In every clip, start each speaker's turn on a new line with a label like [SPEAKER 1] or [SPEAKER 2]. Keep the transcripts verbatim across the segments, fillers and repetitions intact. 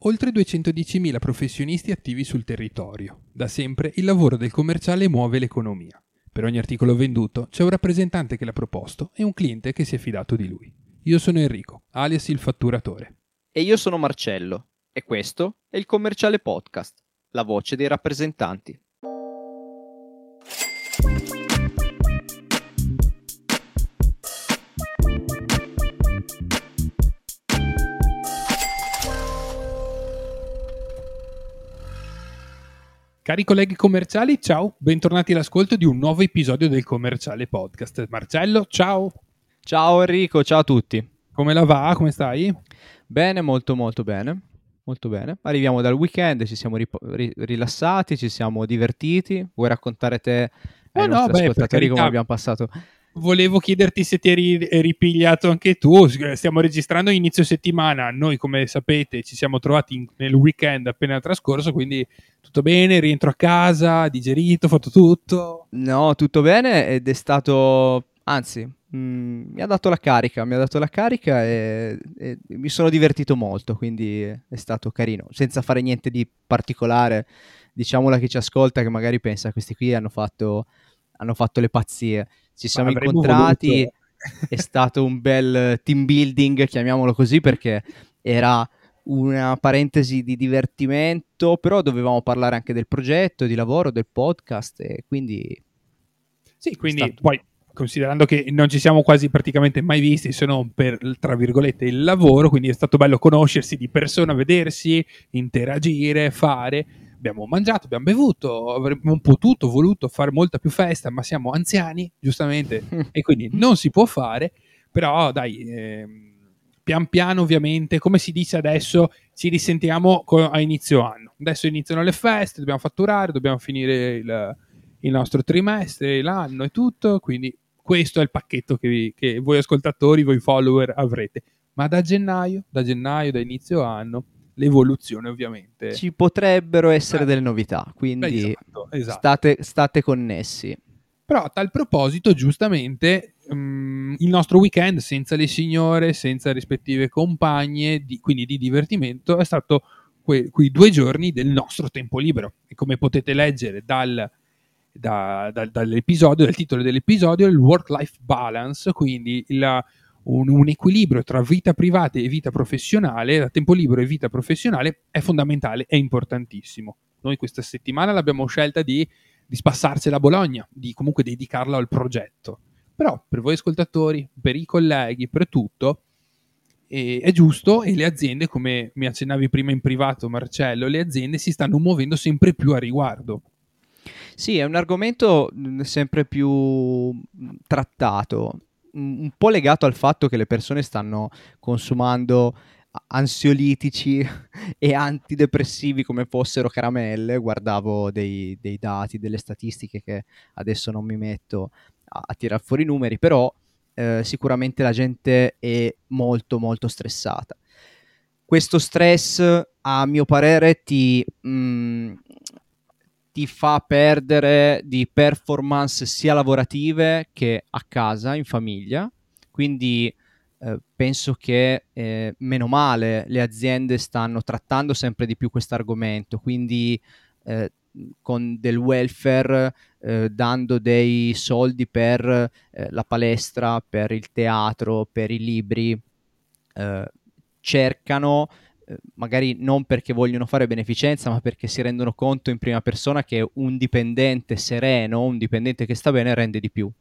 [SPEAKER 1] oltre duecentodiecimila professionisti attivi sul territorio. Da sempre il lavoro del commerciale muove l'economia. Per ogni articolo venduto c'è un rappresentante che l'ha proposto e un cliente che si è fidato di lui. Io sono Enrico, alias il fatturatore.
[SPEAKER 2] E io sono Marcello, e questo è il Commerciale Podcast, la voce dei rappresentanti.
[SPEAKER 1] Cari colleghi commerciali, ciao, bentornati all'ascolto di un nuovo episodio del Commerciale Podcast. Marcello, ciao.
[SPEAKER 2] Ciao Enrico, ciao a tutti.
[SPEAKER 1] Come la va? Come stai?
[SPEAKER 2] Bene, molto molto bene, molto bene. Arriviamo dal weekend, ci siamo rip- ri- rilassati, ci siamo divertiti. Vuoi raccontare te ai
[SPEAKER 1] Oh no,
[SPEAKER 2] nostri
[SPEAKER 1] beh, per
[SPEAKER 2] ascoltatori come
[SPEAKER 1] carità.
[SPEAKER 2] abbiamo passato?
[SPEAKER 1] Volevo chiederti se ti eri ripigliato anche tu. Stiamo registrando inizio settimana. Noi, come sapete, ci siamo trovati in, nel weekend appena trascorso, quindi tutto bene, rientro a casa, digerito, fatto tutto.
[SPEAKER 2] No, tutto bene ed è stato, anzi, mm, mi ha dato la carica, mi ha dato la carica e, e mi sono divertito molto, quindi è stato carino, senza fare niente di particolare. Diciamolo a chi ci ascolta che magari pensa questi qui hanno fatto, hanno fatto le pazzie. Ci siamo
[SPEAKER 1] Ma avremmo
[SPEAKER 2] incontrati,
[SPEAKER 1] voluto.
[SPEAKER 2] è stato un bel team building, chiamiamolo così, perché era una parentesi di divertimento, però dovevamo parlare anche del progetto, di lavoro, del podcast e quindi...
[SPEAKER 1] Sì, quindi
[SPEAKER 2] stato...
[SPEAKER 1] poi, considerando che non ci siamo quasi praticamente mai visti, se non per, tra virgolette, il lavoro, quindi è stato bello conoscersi di persona, vedersi, interagire, fare. Abbiamo mangiato, abbiamo bevuto, avremmo potuto, voluto fare molta più festa, ma siamo anziani, giustamente, e quindi non si può fare, però dai, ehm, pian piano ovviamente, come si dice adesso, ci risentiamo co- a inizio anno. Adesso iniziano le feste, dobbiamo fatturare, dobbiamo finire il, il nostro trimestre, l'anno e tutto, quindi questo è il pacchetto che, vi, che voi ascoltatori, voi follower avrete. Ma da gennaio, da gennaio, da inizio anno, l'evoluzione ovviamente.
[SPEAKER 2] Ci potrebbero essere
[SPEAKER 1] Eh,
[SPEAKER 2] delle novità,
[SPEAKER 1] beh,
[SPEAKER 2] quindi
[SPEAKER 1] esatto, esatto.
[SPEAKER 2] state, state connessi.
[SPEAKER 1] Però a tal proposito, giustamente, um, il nostro weekend senza le signore, senza rispettive compagne, di, quindi di divertimento, è stato que- quei due giorni del nostro tempo libero. E come potete leggere dal, da, dal, dall'episodio, dal titolo dell'episodio, il work-life balance, quindi il, un, un equilibrio tra vita privata e vita professionale, da tempo libero e vita professionale, è fondamentale, è importantissimo. Noi questa settimana l'abbiamo scelta di di spassarcela a Bologna, di comunque dedicarla al progetto. Però per voi ascoltatori, per i colleghi, per tutto, eh, è giusto e le aziende, come mi accennavi prima in privato Marcello, le aziende si stanno muovendo sempre più a riguardo.
[SPEAKER 2] Sì, è un argomento mh, sempre più mh, trattato, mh, un po' legato al fatto che le persone stanno consumando a- ansiolitici e antidepressivi come fossero caramelle. Guardavo dei, dei dati, delle statistiche che adesso non mi metto a, a tirar fuori i numeri, però eh, sicuramente la gente è molto molto stressata. Questo stress, a mio parere, ti, mh, ti fa perdere di performance sia lavorative che a casa, in famiglia. Quindi eh, penso che eh, meno male le aziende stanno trattando sempre di più questo argomento, quindi eh, con del welfare, eh, dando dei soldi per eh, la palestra, per il teatro, per i libri, eh, cercano, eh, magari non perché vogliono fare beneficenza, ma perché si rendono conto in prima persona che un dipendente sereno, un dipendente che sta bene, rende di più.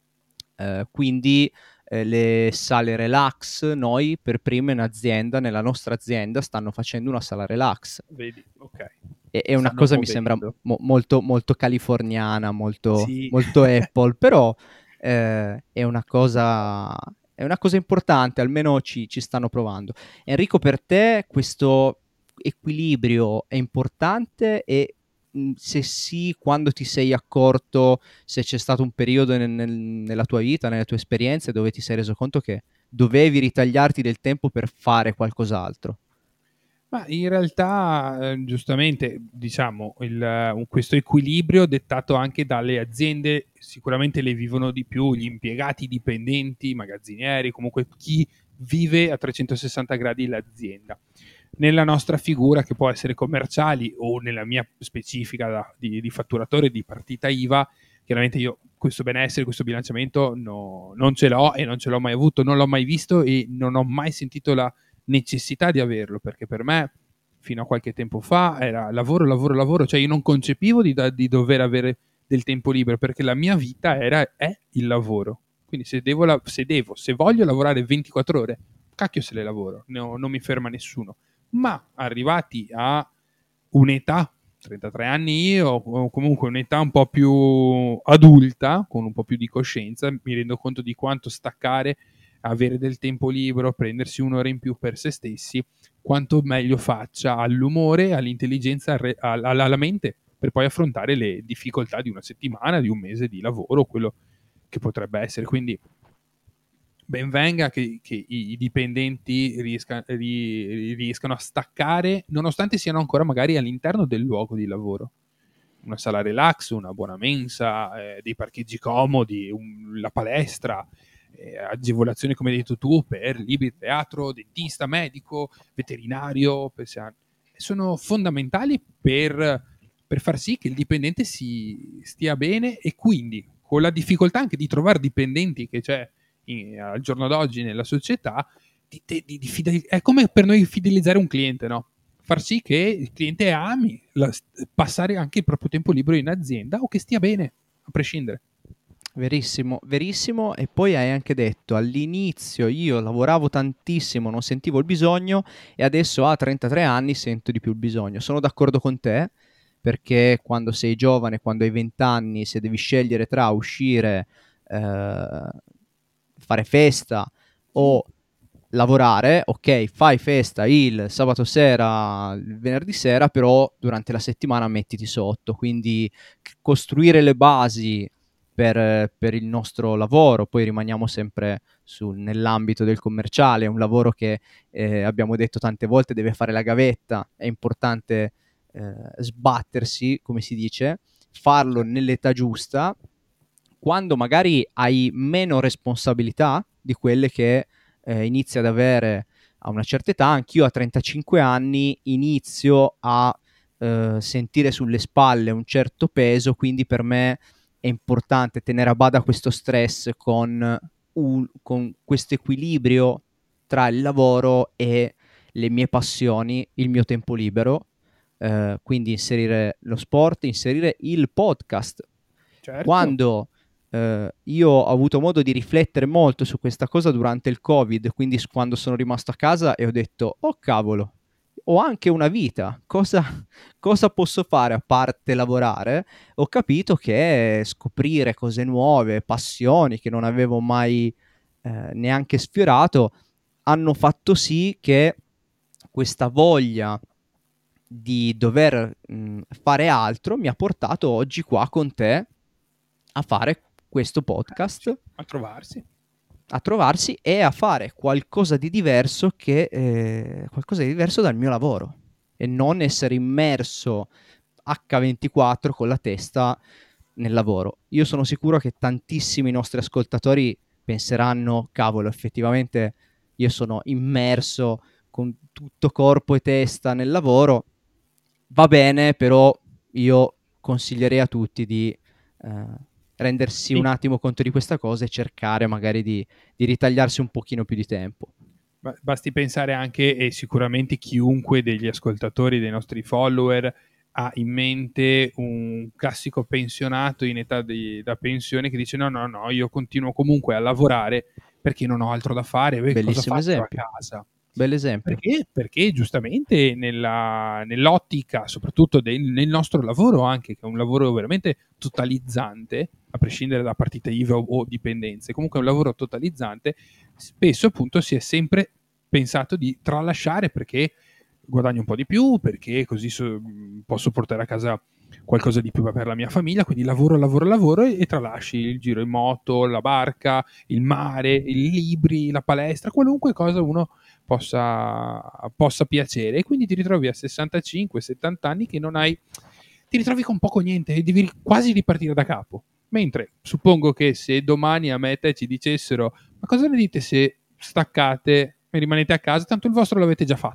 [SPEAKER 2] Eh, quindi eh, le sale relax, noi per prima in azienda, nella nostra azienda, stanno facendo una sala relax.
[SPEAKER 1] Vedi, ok.
[SPEAKER 2] E, è
[SPEAKER 1] Si
[SPEAKER 2] una
[SPEAKER 1] stanno
[SPEAKER 2] cosa mi sembra
[SPEAKER 1] muovendo.
[SPEAKER 2] mo- molto, molto californiana, molto,
[SPEAKER 1] Sì.
[SPEAKER 2] molto Apple, però eh, è una cosa, è una cosa importante, almeno ci, ci stanno provando. Enrico, per te questo equilibrio è importante e mh, se sì, quando ti sei accorto, se c'è stato un periodo nel- nel- nella tua vita, nelle tue esperienze, dove ti sei reso conto che dovevi ritagliarti del tempo per fare qualcos'altro?
[SPEAKER 1] Ma in realtà, eh, giustamente, diciamo, il, eh, questo equilibrio dettato anche dalle aziende, sicuramente le vivono di più gli impiegati, i dipendenti, i magazzinieri, comunque chi vive a trecentosessanta gradi l'azienda. nella nostra figura, che può essere commerciali o nella mia specifica da, di, di fatturatore di partita I V A, chiaramente io questo benessere, questo bilanciamento no, non ce l'ho e non ce l'ho mai avuto, non l'ho mai visto e non ho mai sentito la necessità di averlo, perché per me fino a qualche tempo fa era lavoro, lavoro, lavoro, cioè io non concepivo di, di dover avere del tempo libero, perché la mia vita era, è il lavoro. Quindi se devo, se devo, se voglio lavorare ventiquattro ore, cacchio se le lavoro, no, non mi ferma nessuno. Ma arrivati a un'età, trentatré anni io, o comunque un'età un po' più adulta, con un po' più di coscienza, mi rendo conto di quanto staccare, avere del tempo libero, prendersi un'ora in più per se stessi, quanto meglio faccia all'umore, all'intelligenza, alla, alla mente, per poi affrontare le difficoltà di una settimana, di un mese di lavoro, quello che potrebbe essere. Quindi ben venga che, che i, i dipendenti riesca, ri, riescano a staccare, nonostante siano ancora magari all'interno del luogo di lavoro. Una sala relax, una buona mensa, eh, dei parcheggi comodi, un, la palestra, eh, agevolazioni come hai detto tu per libri, teatro, dentista, medico, veterinario, pensiamo, sono fondamentali per, per far sì che il dipendente si stia bene, e quindi con la difficoltà anche di trovare dipendenti che c'è in, al giorno d'oggi nella società, di, di, di fidel- è come per noi fidelizzare un cliente, no? Far sì che il cliente ami la, passare anche il proprio tempo libero in azienda, o che stia bene, a prescindere.
[SPEAKER 2] Verissimo, verissimo. E poi hai anche detto, all'inizio io lavoravo tantissimo, non sentivo il bisogno, e adesso a trentatré anni sento di più il bisogno. Sono d'accordo con te, perché quando sei giovane, quando hai venti anni, se devi scegliere tra uscire, eh, fare festa o lavorare, ok, fai festa il sabato sera, il venerdì sera, però durante la settimana mettiti sotto, quindi costruire le basi per, per il nostro lavoro. Poi rimaniamo sempre su, nell'ambito del commerciale, è un lavoro che eh, abbiamo detto tante volte deve fare la gavetta, è importante eh, sbattersi, come si dice, farlo nell'età giusta, quando magari hai meno responsabilità di quelle che eh, inizi ad avere a una certa età. Anch'io a trentacinque anni inizio a eh, sentire sulle spalle un certo peso, quindi per me è importante tenere a bada questo stress con, un, con questo equilibrio tra il lavoro e le mie passioni, il mio tempo libero, eh, quindi inserire lo sport, inserire il podcast.
[SPEAKER 1] Certo.
[SPEAKER 2] Quando eh, io ho avuto modo di riflettere molto su questa cosa durante il Covid, quindi quando sono rimasto a casa e ho detto, oh cavolo, ho anche una vita, cosa, cosa posso fare a parte lavorare? Ho capito che scoprire cose nuove, passioni che non avevo mai eh, neanche sfiorato, hanno fatto sì che questa voglia di dover mh, fare altro mi ha portato oggi qua con te a fare questo podcast,
[SPEAKER 1] a trovarsi,
[SPEAKER 2] a trovarsi e a fare qualcosa di diverso che eh, qualcosa di diverso dal mio lavoro, e non essere immerso acca ventiquattro con la testa nel lavoro. Io sono sicuro che tantissimi nostri ascoltatori penseranno, cavolo, effettivamente io sono immerso con tutto corpo e testa nel lavoro. Va bene, però io consiglierei a tutti di eh, rendersi
[SPEAKER 1] sì.
[SPEAKER 2] un attimo conto di questa cosa e cercare magari di, di ritagliarsi un pochino più di tempo.
[SPEAKER 1] Basti pensare anche, e sicuramente chiunque degli ascoltatori, dei nostri follower, ha in mente un classico pensionato in età di, da pensione che dice no, no, no, io continuo comunque a lavorare perché non ho altro da fare, beh, cosa
[SPEAKER 2] Bellissimo
[SPEAKER 1] faccio
[SPEAKER 2] esempio.
[SPEAKER 1] a casa?
[SPEAKER 2] Bell'esempio.
[SPEAKER 1] Perché? Perché giustamente nella, nell'ottica, soprattutto del, nel nostro lavoro anche, che è un lavoro veramente totalizzante, a prescindere da partita I V A o, o dipendenze, comunque è un lavoro totalizzante, spesso appunto si è sempre pensato di tralasciare perché guadagno un po' di più, perché così so, posso portare a casa qualcosa di più per la mia famiglia, quindi lavoro, lavoro, lavoro e, e tralasci il giro in moto, la barca, il mare, i libri, la palestra, qualunque cosa uno possa, possa piacere, e quindi ti ritrovi a sessantacinque settanta anni che non hai, ti ritrovi con poco niente e devi quasi ripartire da capo. Mentre suppongo che se domani a me e te ci dicessero ma cosa ne dite se staccate e rimanete a casa, tanto il vostro l'avete già fatto,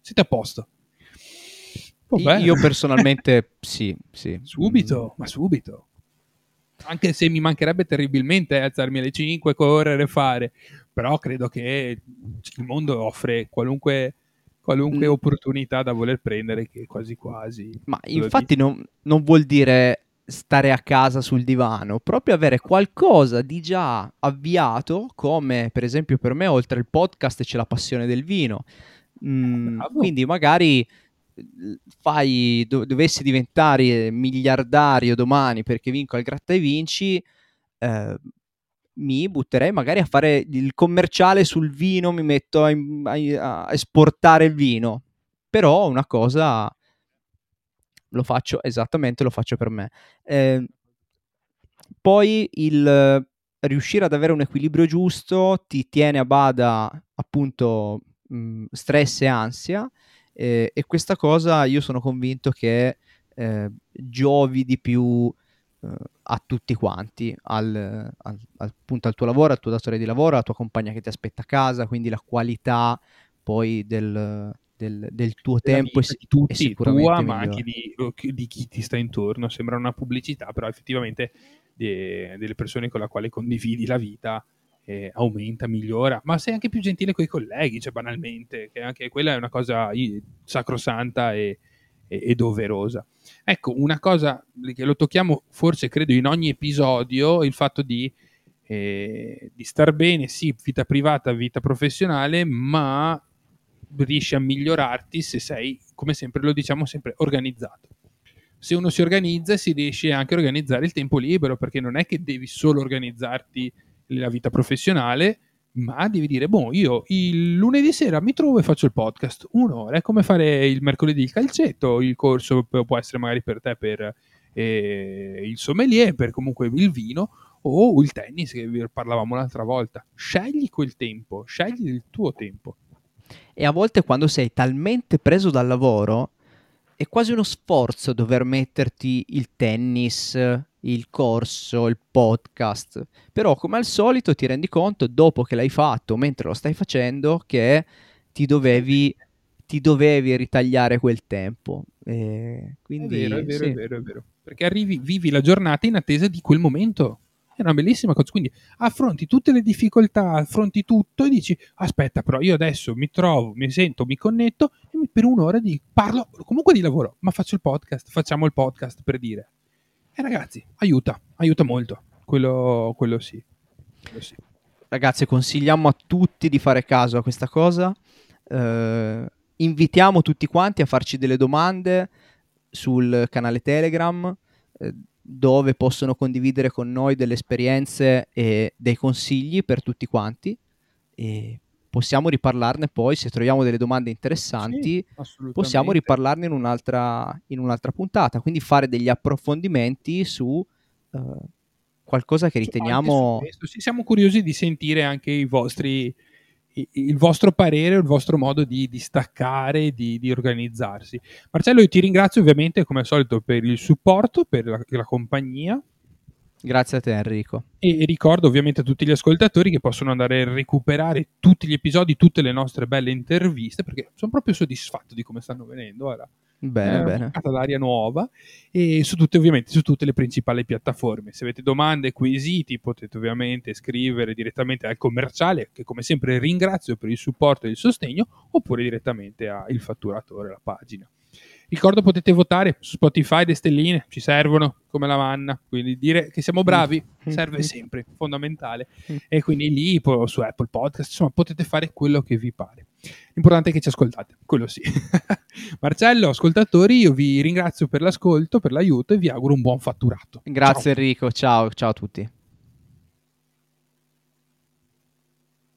[SPEAKER 1] siete a posto.
[SPEAKER 2] Vabbè. Io personalmente sì, sì.
[SPEAKER 1] Subito, mm. ma subito. Anche se mi mancherebbe terribilmente alzarmi alle cinque, correre, fare, però credo che il mondo offre qualunque, qualunque mm. opportunità da voler prendere, che quasi quasi.
[SPEAKER 2] Ma infatti non, non vuol dire stare a casa sul divano, proprio avere qualcosa di già avviato, come per esempio per me oltre il podcast c'è la passione del vino. Mm, quindi magari fai do- dovessi diventare miliardario domani perché vinco al gratta e vinci, eh, mi butterei magari a fare il commerciale sul vino, mi metto a, a, a esportare il vino, però una cosa lo faccio esattamente, lo faccio per me. Eh, poi il riuscire ad avere un equilibrio giusto ti tiene a bada appunto mh, stress e ansia, eh, e questa cosa io sono convinto che eh, giovi di più eh, a tutti quanti, al, al, appunto al tuo lavoro, al tuo datore di lavoro, alla tua compagna che ti aspetta a casa, quindi la qualità poi del, del, del tuo tempo è,
[SPEAKER 1] di tutti,
[SPEAKER 2] è sicuramente
[SPEAKER 1] tua,
[SPEAKER 2] migliore.
[SPEAKER 1] ma anche di, di chi ti sta intorno. Sembra una pubblicità, però effettivamente de, delle persone con le quali condividi la vita eh, aumenta, migliora, ma sei anche più gentile con i colleghi, cioè banalmente, che anche quella è una cosa sacrosanta e, e, e doverosa. Ecco, una cosa che lo tocchiamo forse credo in ogni episodio, il fatto di, eh, di star bene, sì, vita privata, vita professionale, ma riesci a migliorarti se sei, come sempre lo diciamo sempre, organizzato. Se uno si organizza si riesce anche a organizzare il tempo libero, perché non è che devi solo organizzarti la vita professionale, ma devi dire, boh, io il lunedì sera mi trovo e faccio il podcast, un'ora, è come fare il mercoledì il calcetto, il corso può essere magari per te per eh, il sommelier, per comunque il vino, o il tennis che parlavamo l'altra volta. Scegli quel tempo, scegli il tuo tempo.
[SPEAKER 2] E a volte quando sei talmente preso dal lavoro è quasi uno sforzo dover metterti il tennis, il corso, il podcast, però come al solito ti rendi conto dopo che l'hai fatto, mentre lo stai facendo, che ti dovevi, ti dovevi ritagliare quel tempo. E quindi,
[SPEAKER 1] è vero, è vero,
[SPEAKER 2] sì.
[SPEAKER 1] è vero, è vero, perché arrivi, vivi la giornata in attesa di quel momento. È una bellissima cosa, quindi affronti tutte le difficoltà, affronti tutto e dici aspetta, però io adesso mi trovo, mi sento, mi connetto e per un'ora di, parlo comunque di lavoro, ma faccio il podcast, facciamo il podcast per dire. E ragazzi, aiuta, aiuta molto, quello, quello sì. Quello sì.
[SPEAKER 2] Ragazzi, consigliamo a tutti di fare caso a questa cosa, eh, invitiamo tutti quanti a farci delle domande sul canale Telegram, eh, dove possono condividere con noi delle esperienze e dei consigli per tutti quanti, e possiamo riparlarne poi se troviamo delle domande interessanti, sì, possiamo riparlarne in un'altra, in un'altra puntata, quindi fare degli approfondimenti su uh, qualcosa che riteniamo...
[SPEAKER 1] Questo, sì, siamo curiosi di sentire anche i vostri, il vostro parere, il vostro modo di, di staccare, di, di organizzarsi. Marcello, io ti ringrazio ovviamente come al solito per il supporto, per la, la compagnia.
[SPEAKER 2] Grazie a te Enrico.
[SPEAKER 1] E, e ricordo ovviamente a tutti gli ascoltatori che possono andare a recuperare tutti gli episodi, tutte le nostre belle interviste, perché sono proprio soddisfatto di come stanno venendo ora.
[SPEAKER 2] Bene,
[SPEAKER 1] eh,
[SPEAKER 2] bene.
[SPEAKER 1] D'aria nuova, e su tutte, ovviamente su tutte le principali piattaforme. Se avete domande, quesiti, potete ovviamente scrivere direttamente al commerciale, che come sempre ringrazio per il supporto e il sostegno, oppure direttamente a Il Fatturatore, la pagina. Ricordo, potete votare su Spotify, le stelline ci servono come la manna, quindi dire che siamo bravi serve sempre, fondamentale, e quindi lì su Apple Podcast, insomma, potete fare quello che vi pare. L'importante è che ci ascoltate, quello sì. Marcello, ascoltatori, io vi ringrazio per l'ascolto, per l'aiuto e vi auguro un buon fatturato.
[SPEAKER 2] Grazie
[SPEAKER 1] Ciao.
[SPEAKER 2] Enrico, ciao, ciao a tutti.